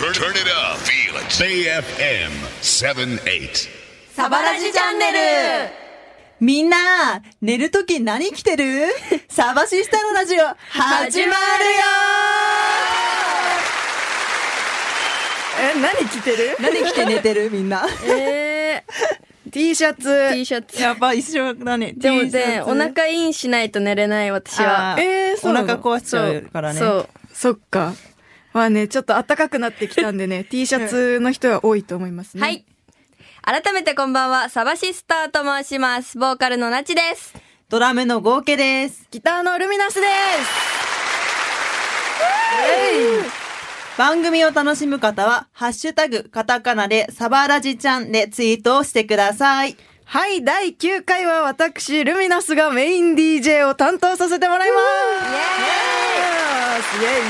Turn it up. Feel it. BFM78. サバラジチャンネル。 みんな、寝るとき何着てる？サバシスタのラジオ、始まるよー。何着てる？ 何着て寝てるみんな。 T シャツ。 T シャツ。 やっぱ一緒だね。 でもね、お腹インしないと寝れない私は。 そうお腹壊しちゃうからね。 そう。 そっか。まあね、ちょっと暖かくなってきたんでね、T シャツの人は多いと思いますね。 はい。改めてこんばんは、サバシスターと申します。ボーカルのなちです。 ドラムの合計です。 ギターのルミナスです。 番組を楽しむ方は、ハッシュタグ、カタカナでサバラジちゃんでツイートをしてください。 はい、第9回は私、ルミナスがメイン DJ を担当させてもらいます。イエーイ。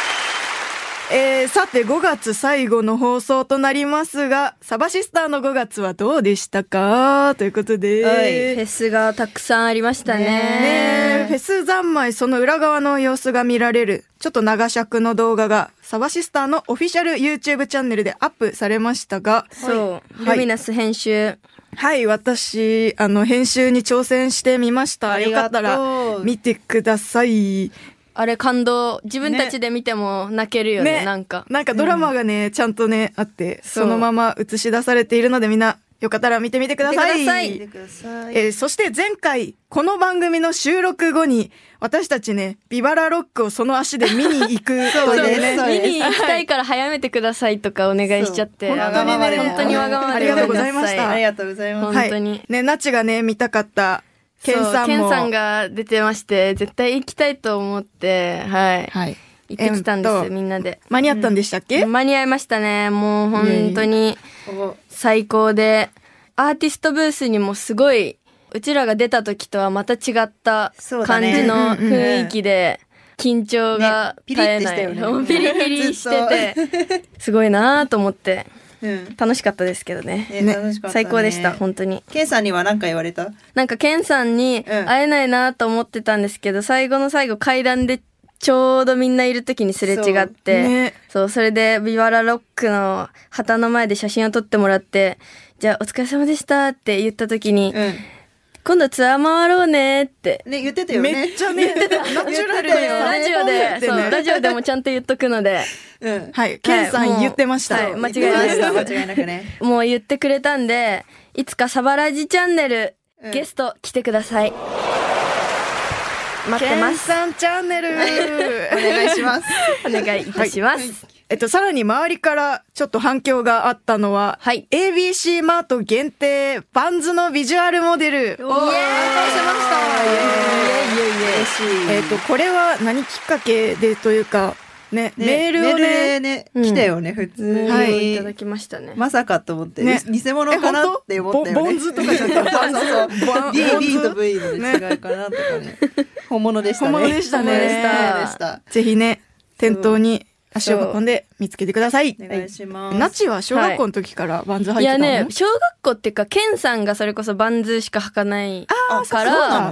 さて5月最後の放送となりますが、サバシスターの5月はどうでしたかということで、 フェスがたくさんありましたね。フェス三昧その裏側の様子が見られるちょっと長尺の動画がサバシスターのオフィシャル YouTube チャンネルでアップされましたが、 そう、ルミナス編集、 はい、私編集に挑戦してみました。よかったら見てください。 あれ感動、自分たちで見ても泣けるよね、なんかドラマがね、ちゃんとねあって、そのまま映し出されているので、みんなよかったら見てみてください。そして前回この番組の収録後に私たちね、ビバラロックをその足で見に行くというね見に行きたいから早めてくださいとかお願いしちゃって、 本当にね、 本当にわがままでありがとうございました。 ありがとうございます。 本当に、 はい、ね、ナチがね見たかったケンさんが出てまして、絶対行きたいと思って、はい、 はい、 行ってきたんです、みんなで。 間に合ったんでしたっけ？ 間に合いましたね。もう本当に最高で、アーティストブースにもすごい、うちらが出た時とはまた違った感じの雰囲気で、緊張が絶えない。ピリピリしてて、すごいなと思って。楽しかったですけどね。 楽しかったね。 最高でした、本当に。 ケンさんには何か言われた？ なんかケンさんに会えないなと思ってたんですけど、最後の最後階段でちょうどみんないる時にすれ違って、それでビバラロックの旗の前で写真を撮ってもらって、じゃあお疲れ様でしたって言った時に、今度ツアー回ろうねってね、言ってたよね。 めっちゃね、言ってた。ナチュラルだよ。 ラジオでもちゃんと言っとくので。 はい、ケンさん言ってました。 間違いなくね。もう言ってくれたんで、いつかサバラジチャンネル、ゲスト来てください。待ってます。 ケンさんチャンネルお願いします。 お願いいたします。 さらに周りからちょっと反響があったのは、ABC マート限定バンズのビジュアルモデルを担当しました。これは何きっかけでというか、ね、メールをね、 来たよね、普通に。 はい、いただきましたね。 まさかと思って。偽物かなって思ったよね。 ボンズとかじゃなくて、 B と V の違いかなとかね。本物でしたね。 本物でしたね。ぜひね、店頭に足を運んで見つけてください。 お願いします。 ナチは小学校の時からバンズ履いてたの？ いやね、小学校っていうか、ケンさんがそれこそバンズしか履かないから、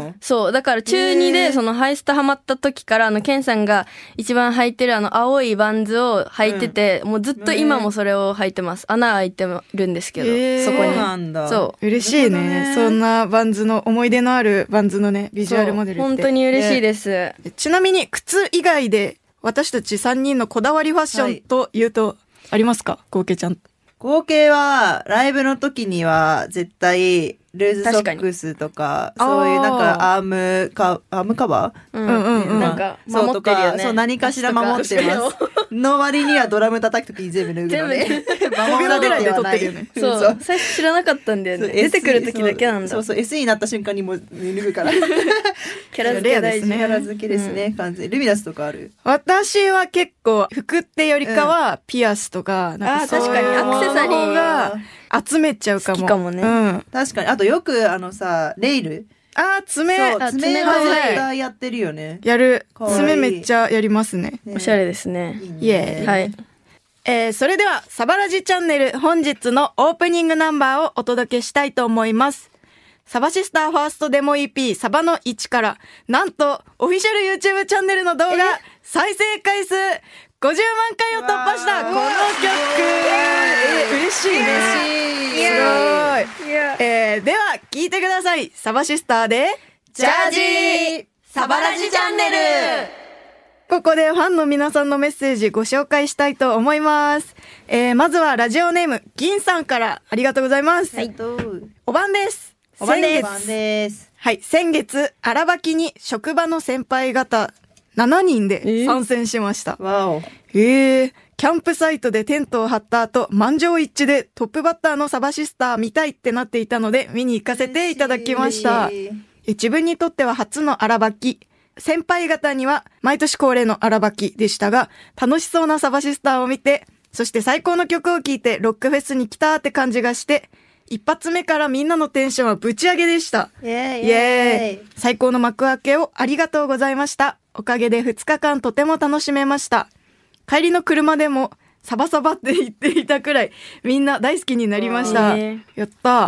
そうだから中2でそのハイスタハマった時から、ケンさんが一番履いてる青いバンズを履いてて、もうずっと今もそれを履いてます。穴開いてるんですけど、そこに。 そうなんだ。 そう。 嬉しいね。そんなバンズの、思い出のあるバンズのね、ビジュアルモデルって。 本当に嬉しいです。 ちなみに靴以外で、私たち3人のこだわりファッションというとありますか？合計ちゃん。 合計はライブの時には絶対ルーズソックスとか、そういうなんかアームカバーなんか守ってるよね。 そう、何かしら守ってます。の割にはドラム叩く時に全部脱ぐのね。守られてはないよね。 そう、最初知らなかったんだよね。出てくる時だけなんだ。 そう、SE になった瞬間にもう脱ぐから。 キャラ付け大事。 キャラ付けですね、完全に。ルミナスとかある？ 私は結構服ってよりかはピアスとか、 なんか確かにアクセサリーが集めちゃうかも。 好きかもね。 確かに。あとよくレイル。 爪は絶対やってるよね。 やる。爪めっちゃやりますね。 おしゃれですね。 イエーイ。 はい。 それではサバラジチャンネル本日のオープニングナンバーをお届けしたいと思います。サバシスターファーストデモ EP サバの1から、なんとオフィシャル YouTube チャンネルの動画再生回数50万回を突破したこの曲では、聞いてください。サバシスターで、 ジャージーサバラジチャンネル。 ここでファンの皆さんのメッセージご紹介したいと思います。まずはラジオネーム、銀さんからありがとうございます。 はい。 おばんです。 おばんです。 はい。先月、荒ばきに職場の先輩方7人で参戦しました。 わお。 キャンプサイトでテントを張った後、満場一致でトップバッターのサバシスター見たいってなっていたので、見に行かせていただきました。自分にとっては初の荒ばき。先輩方には毎年恒例の荒ばきでしたが、楽しそうなサバシスターを見て、そして最高の曲を聴いてロックフェスに来たって感じがして、一発目からみんなのテンションはぶち上げでした。イエーイ。最高の幕開けをありがとうございました。おかげで2日間とても楽しめました。帰りの車でもサバサバって言っていたくらいみんな大好きになりました。やった。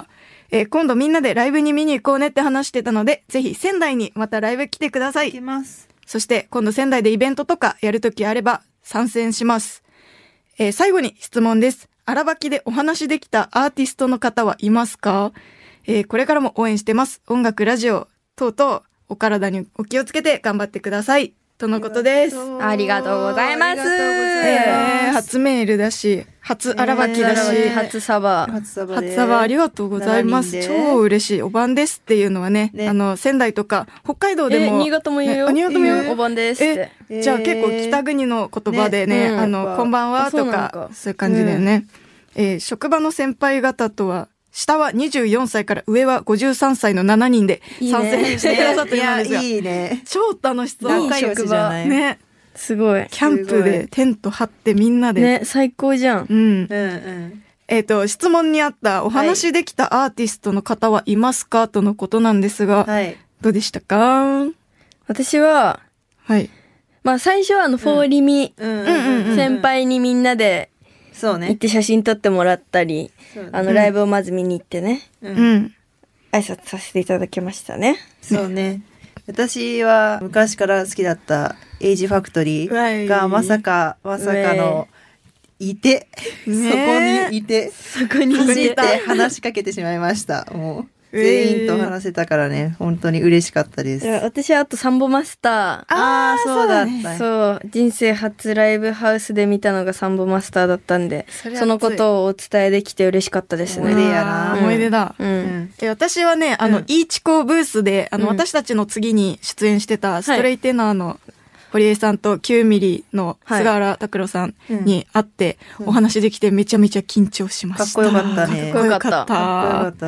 今度みんなでライブに見に行こうねって話してたので、ぜひ仙台にまたライブ来てください。 行きます。 そして今度仙台でイベントとかやるときあれば参戦します。最後に質問です。荒ばきでお話できたアーティストの方はいますか？これからも応援してます。音楽、ラジオ等々お体にお気をつけて頑張ってください。とのことです。 ありがとうございます。 初メールだし、初荒ばきだし、 初サバありがとうございます。超嬉しい。おばんですっていうのはね、仙台とか北海道でも。 新潟も言うよ。 新潟も言う。 おばんですって。 じゃあ結構北国の言葉でね、こんばんはとか、そういう感じだよね。職場の先輩方とは、下は24歳から上は53歳の7人で参戦してくださってるんですが。 いいね。 超楽しそう。 いい職場。 ね。 すごい。 キャンプでテント張ってみんなで。 ね、最高じゃん。 質問にあったお話できたアーティストの方はいますかとのことなんですが、どうでしたか？ 私は、まあ最初はフォーリミ先輩にみんなで行って写真撮ってもらったり、ライブをまず見に行ってね、挨拶させていただきましたね。 そうね。私は昔から好きだったエイジファクトリーがまさかのいて、そこにいて話しかけてしまいました。もう全員と話せたからね、本当に嬉しかったです。 私はあとサンボマスター。 そうだった。 そう、人生初ライブハウスで見たのがサンボマスターだったんで、そのことをお伝えできて嬉しかったですね。 思い出やな。 思い出だ。私はね、イーチコブースで、私たちの次に出演してたストレイテナーの堀江さんと9ミリの菅原拓郎さんに会ってお話できてめちゃめちゃ緊張しました。 かっこよかったね。 かっこよかった。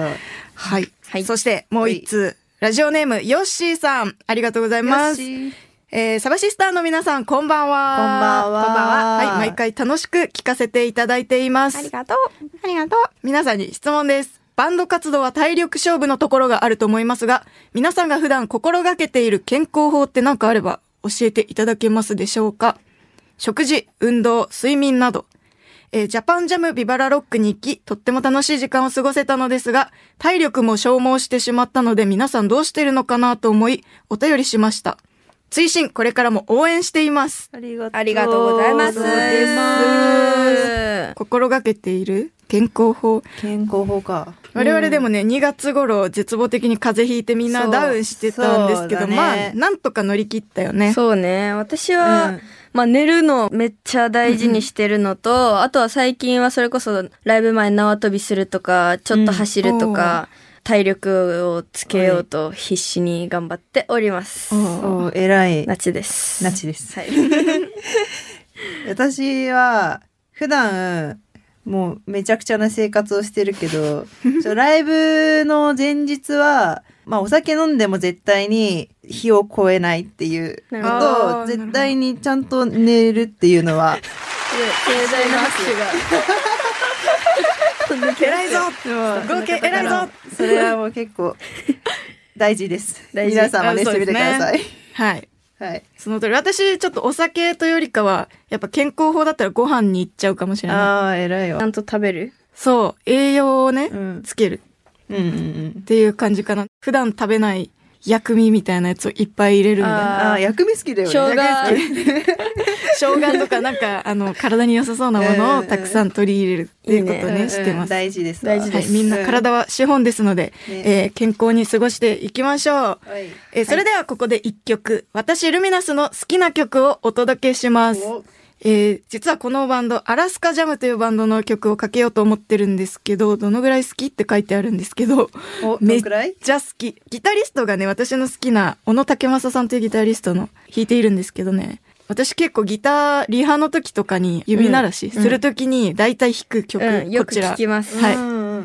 はい。そしてもう一通、ラジオネームヨッシーさん、ありがとうございます。サバシスターの皆さん、こんばんは。 こんばんは。 はい、毎回楽しく聞かせていただいています。 ありがとう。 皆さんに質問です。バンド活動は体力勝負のところがあると思いますが、皆さんが普段心がけている健康法って何かあれば教えていただけますでしょうか？食事、運動、睡眠など。ジャパンジャムビバラロックに行き、とっても楽しい時間を過ごせたのですが、体力も消耗してしまったので、皆さんどうしてるのかなと思い、お便りしました。追伸、これからも応援しています。 ありがとうございます。 心がけている健康法か。 我々でもね、2月頃絶望的に風邪ひいてみんなダウンしてたんですけど、まあ、なんとか乗り切ったよね。 そうね。私は、まあ寝るのめっちゃ大事にしてるのと、あとは最近はそれこそライブ前縄跳びするとか、ちょっと走るとか、体力をつけようと必死に頑張っております。 偉い。 ナチです。 はい。 私は、普段、もうめちゃくちゃな生活をしてるけど、ライブの前日は、まあお酒飲んでも絶対に日を超えないっていうのと、絶対にちゃんと寝るっていうのは、 盛大な拍手が。 偉いぞ合計偉いぞそれはもう結構大事です。皆さん真似してみてください。 はい。その通り。私、ちょっとお酒というよりかは、やっぱ健康法だったらご飯に行っちゃうかもしれない。 偉いよ。 ちゃんと食べる？ そう。栄養をね、つける。っていう感じかな。普段食べない薬味みたいなやつをいっぱい入れるみたいな。 あ、薬味好きだよね。 生姜とかなんか体に良さそうなものをたくさん取り入れるっていうことをね、してます。 大事です。 大事です。 みんな体は資本ですので、健康に過ごしていきましょう。それではここで一曲、私ルミナスの好きな曲をお届けします。実はこのバンド、アラスカジャムというバンドの曲をかけようと思ってるんですけど、どのぐらい好きって書いてあるんですけど、めっちゃ好き。ギタリストがね、私の好きな小野武正さんというギタリストの弾いているんですけどね、私結構ギターリハの時とかに指鳴らしする時に大体弾く曲、 よく聴きます。 はい。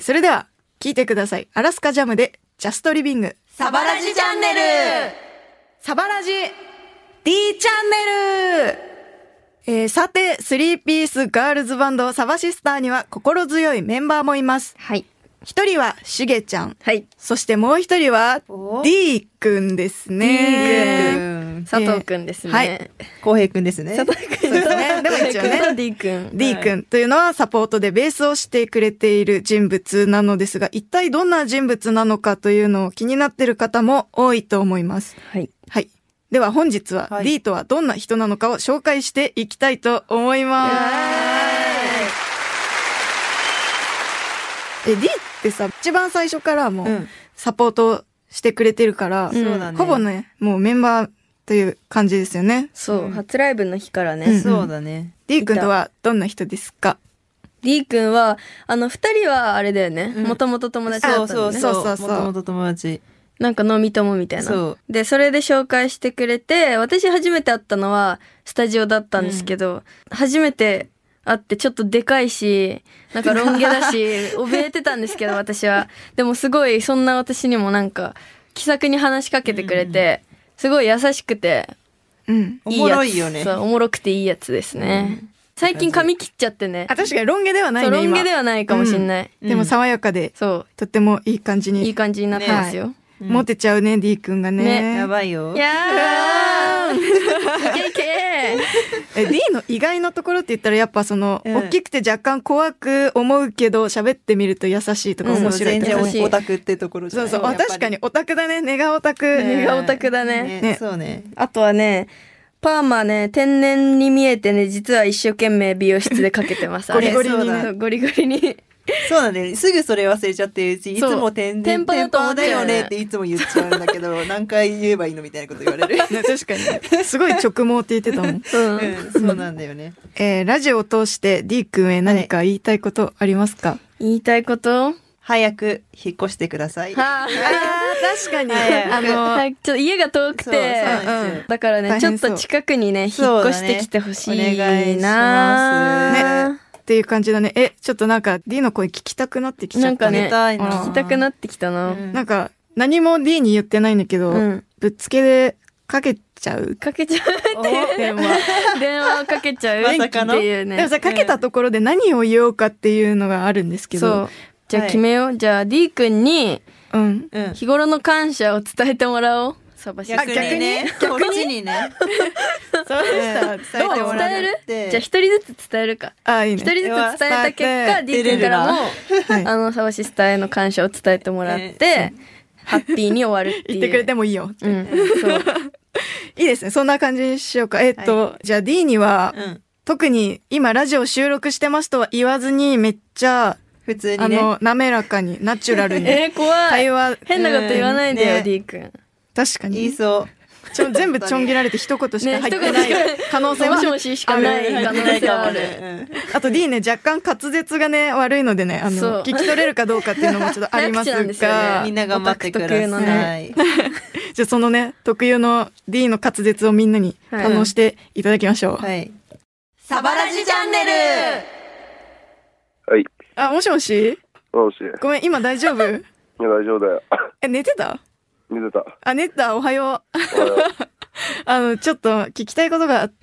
それでは聴いてください。アラスカジャムでジャストリビング。 サバラジチャンネル、 サバラジ D チャンネル。さて、3ピースガールズバンドサバシスターには心強いメンバーもいます。 はい。 一人はしげちゃん。 はい。 そしてもう一人は D くんですね。 D くん。佐藤くんですね。はい。 浩平くんですね。 佐藤くんですね。 でも一応ね。 D くん。 D くんというのはサポートでベースをしてくれている人物なのですが、一体どんな人物なのかというのを気になっている方も多いと思います。 はい。 はい。では本日は D とはどんな人なのかを紹介していきたいと思います。D ってさ、一番最初からもうサポートしてくれてるから、ほぼね、もうメンバーという感じですよね。 そう、初ライブの日からね。 そうだね。 D 君とはどんな人ですか？ D 君は、二人はあれだよね。もともと友達だったんだよね。 そう。もともと友達。 なんか飲み友みたいな。で、それで紹介してくれて、私初めて会ったのはスタジオだったんですけど、初めて会ってちょっとでかいし、なんかロン毛だし、怯えてたんですけど、私は。でもすごい、そんな私にもなんか、気さくに話しかけてくれて、すごい優しくて、 おもろいよね。 そう、おもろくていいやつですね。最近髪切っちゃってね。 確かにロン毛ではないね。 ロン毛ではないかもしんない。 でも爽やかで、そう、とってもいい感じに。 いい感じになってますよ。 モテちゃうね、D 君がね。 やばいよ。 いやーいけ D の意外なところって言ったらやっぱその、大きくて若干怖く思うけど喋ってみると優しいとか面白いとか、 全然オタクってところじゃない。 そう確かにオタクだね。ネガオタク。 ネガオタクだね。 そうね。 あとはね、パーマね、天然に見えてね、実は一生懸命美容室でかけてます。 ゴリゴリにね。 ゴリゴリに。 そうなんだよね。すぐそれ忘れちゃってるうち、いつも天パだよねっていつも言っちゃうんだけど、何回言えばいいのみたいなこと言われる。 確かに。すごい直毛って言ってたもん。 そうなんだよね。 ラジオを通して D 君へ何か言いたいことありますか？ 言いたいこと？ 早く引っ越してください。 確かに。 ちょっと家が遠くて、だからね、ちょっと近くにね、引っ越してきてほしいな。 お願いします。 っていう感じだね。ちょっとなんか D の声聞きたくなってきちゃったね。 なんかね、聞きたくなってきたな。 なんか何も D に言ってないんだけど、ぶっつけでかけちゃうって電話かけちゃうっていうね。 でもさ、かけたところで何を言おうかっていうのがあるんですけど。 そう。じゃあ決めよう。じゃあ D 君に日頃の感謝を伝えてもらおう。 逆にね。こっちにね。 そうしたら伝える？じゃあ一人ずつ伝えるか。 いいね。 一人ずつ伝えた結果、D 君からもサバシスターへの感謝を伝えてもらって、ハッピーに終わるっていう。 言ってくれてもいいよ。 そう。 いいですね。そんな感じにしようか。じゃあ D には、特に今ラジオ収録してますとは言わずに、めっちゃ、 普通にね。 滑らかに、ナチュラルに。 怖い。 会話。 変なこと言わないでよ、D 君。 確かに。 言いそう。 全部ちょん切られて一言しか入ってない可能性はもしもししかない可能性はある。 あと D ね、若干滑舌がね、悪いのでね、聞き取れるかどうかっていうのもちょっとありますが。 みんな頑張ってください。 じゃあそのね、特有の D の滑舌をみんなに堪能していただきましょう。 はい。 サバラジチャンネル。 はい。 もしもし？ もし。 ごめん、今大丈夫？いや、 大丈夫だよ。 寝てた？ 寝てた。 寝てた。おはよう。ちょっと聞きたいことがあって、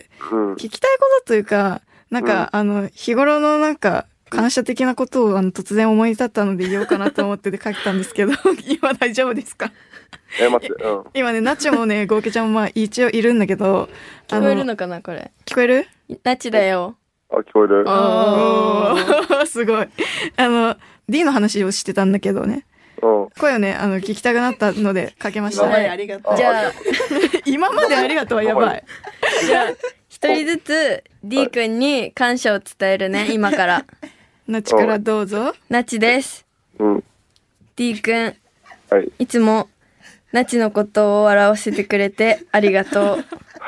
聞きたいことというか、なんか、日頃のなんか、感謝的なことを突然思い立ったので言おうかなと思って書いたんですけど、今大丈夫ですか？ 待って、 今ね、ナチもね、ゴーケちゃんも一応いるんだけど、 聞こえるのかな、これ。 聞こえる？ ナチだよ。 聞こえる。 すごい。D の話をしてたんだけどね。 声をね、聞きたくなったのでかけました。 はい、ありがとう。 じゃあ、 今までありがとうはやばい。 じゃあ、一人ずつ D 君に感謝を伝えるね、今から。 なちからどうぞ。 なちです。D 君、いつもなちのことを笑わせてくれてありがとう。 はい。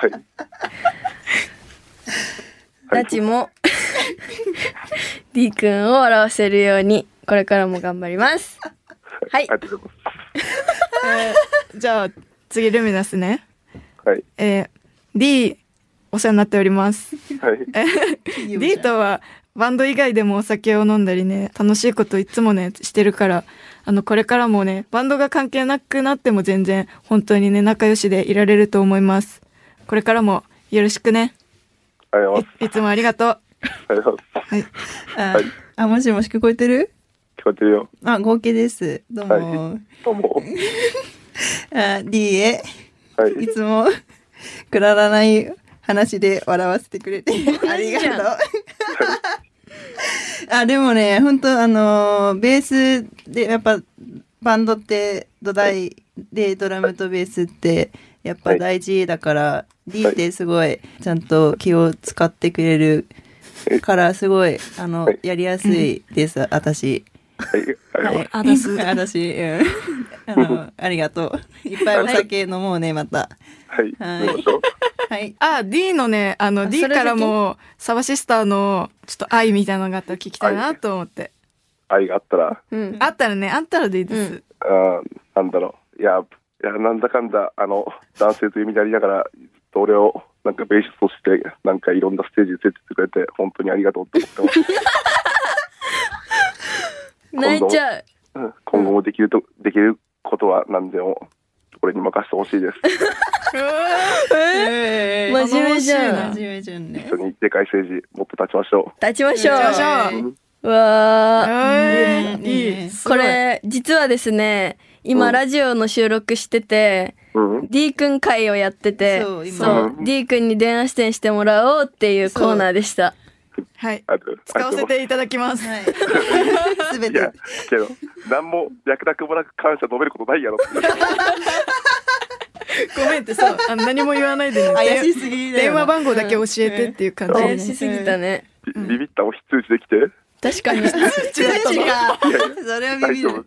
なちも D 君を笑わせるようにこれからも頑張ります。はい。 じゃあ次ルミナスね。 はい。 D お世話になっております。 はい。 D とはバンド以外でもお酒を飲んだりね、楽しいこといつもねしてるから、これからもねバンドが関係なくなっても全然本当にね仲良しでいられると思います。これからもよろしくね。いつもありがとう。 はい。 もしもし聞こえてる？ 聞こえてるよ。 合計です。どうも。 どうも。 D へ、いつもくだらない話で笑わせてくれてありがとう。でもね、本当ベースでやっぱバンドって土台でドラムとベースってやっぱ大事だから、D ってすごいちゃんと気を使ってくれるからすごいやりやすいです、私。 あだす。 私、ありがとう。いっぱいお酒飲もうね、また。 はい。 D のね、D からもサバシスターのちょっと愛みたいなのがあったら聞きたいなと思って。 愛があったら。 あったらね、あったらでいいです。 なんだろう。いや、なんだかんだ、男性という意味でありながら、俺を、なんかベーシストして、なんかいろんなステージに連れてってくれて、本当にありがとうって思ってます。 泣いちゃう。 今後もできることは何でも、俺に任せてほしいです。 真面目じゃん。 真面目じゃんね。 一緒にでかいステージ、もっと立ちましょう。 立ちましょう。わー。 いい。 これ、実はですね、今ラジオの収録してて、D 君会をやってて、そう、D 君に電話出演してもらおうっていうコーナーでした。 はい。使わせていただきます。 すべて。 いや、けど、何も役立もなく感謝述べることないやろ。 ごめんってさ、何も言わないでね。 怪しすぎだよ。 電話番号だけ教えてっていう感じで。 怪しすぎたね。 ビビったも非通知できて。 確かに。 通知か。それはビビる。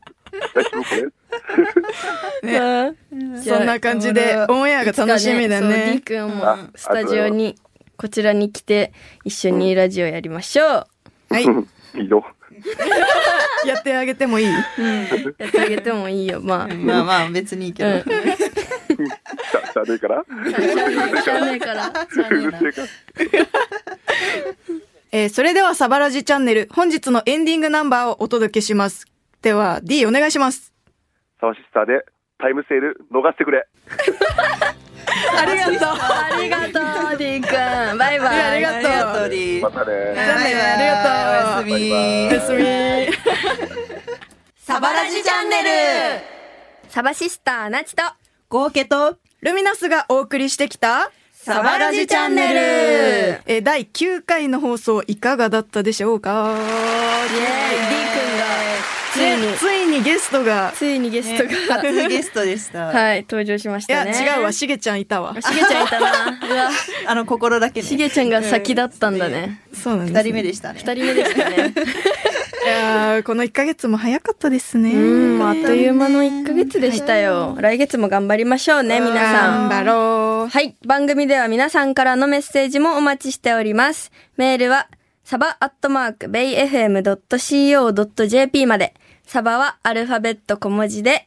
そんな感じでオンエアが楽しみだね。 D 君もスタジオにこちらに来て一緒にラジオやりましょう。 はい。 いいよ。 やってあげてもいい？ やってあげてもいいよ。まあ別にいいけど。 しゃあねえから。 しゃあねえから。 それではサバラジチャンネル本日のエンディングナンバーをお届けします。では D お願いします。 サバシスターでタイムセール逃してくれ。 ありがとう。 ありがとう D 君。バイバイ。 ありがとう D。 またね。 じゃあね。ありがとう。おやすみ。 おやすみ。 サバラジチャンネル。サバシスターなちとゴーケとルミナスがお送りしてきたサバラジチャンネル。第9回の放送いかがだったでしょうか？ イエーイ。D 君がついにゲストが初ゲストでした。 はい、登場しましたね。 いや違うわ、しげちゃんいたわ。 しげちゃんいたな。 うわ、心だけね。 しげちゃんが先だったんだね。 そうなんです。 2人目でしたね。 2人目でしたね。 いやこの1ヶ月も早かったですね。 あっという間の1ヶ月でしたよ。来月も頑張りましょうね、皆さん。 頑張ろう。 はい、番組では皆さんからのメッセージもお待ちしております。メールはサバ@bayfm.co.jp まで。サバはアルファベット小文字で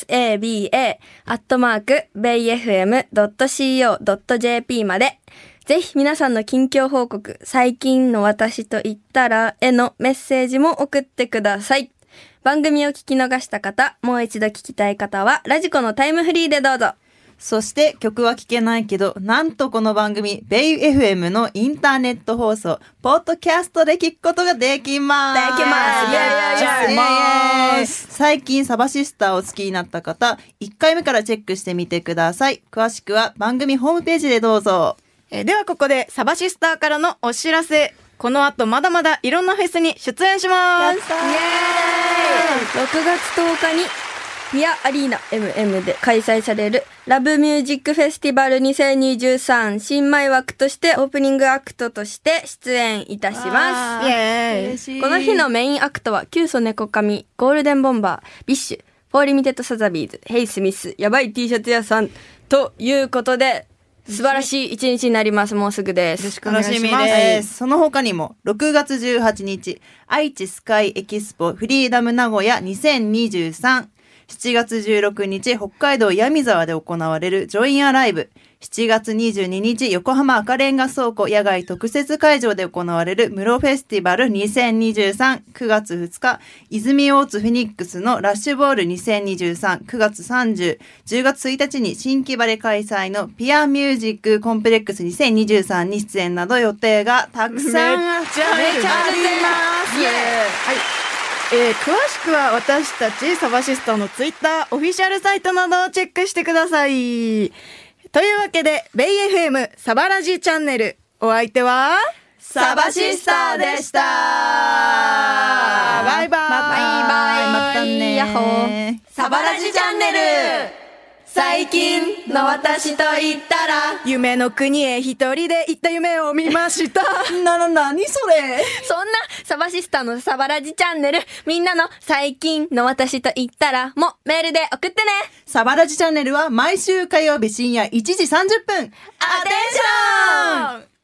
saba@bayfm.co.jp まで。ぜひ皆さんの近況報告、最近の私と言ったらへのメッセージも送ってください。番組を聞き逃した方、もう一度聞きたい方はラジコのタイムフリーでどうぞ。 そして曲は聴けないけど、なんとこの番組、ベイ FM のインターネット放送、ポッドキャストで聞くことができます。 できます。 イエーイ。最近サバシスターを好きになった方、1回目からチェックしてみてください。詳しくは番組ホームページでどうぞ。 ではここでサバシスターからのお知らせ。この後まだまだいろんなフェスに出演します。 イエーイ。6月10日にピアアリーナ MM で開催されるラブミュージックフェスティバル2023新米枠としてオープニングアクトとして出演いたします。イエーイ。この日のメインアクトはキュウソネコカミ、ゴールデンボンバー、ビッシュ、フォーリミテッドサザビーズ、ヘイスミス、やばい T シャツ屋さんということで素晴らしい一日になります。もうすぐです。 よろしくお願いします。楽しみです。その他にも6月18日愛知スカイエキスポフリーダム名古屋2023、7月16日北海道闇沢で行われるジョインアライブ、7月22日横浜赤レンガ倉庫野外特設会場で行われる室フェスティバル2023、9月2日泉大津フェニックスのラッシュボール2023、9月30、10月1日に新木場で開催のピアミュージックコンプレックス2023に出演など予定がたくさんあります。 詳しくは私たちサバシスタのツイッターオフィシャルサイトなどをチェックしてください。というわけでベイ FM サバラジチャンネル、お相手はサバシスターでした。 バイバイ。 またね。 ヤッホー。 サバラジチャンネル。最近の私と言ったら夢の国へ一人で行った夢を見ました。 何それ。 そんなサバシスターのサバラジチャンネル、みんなの最近の私と言ったらもメールで送ってね。 サバラジチャンネルは毎週火曜日深夜1時30分。アテンション。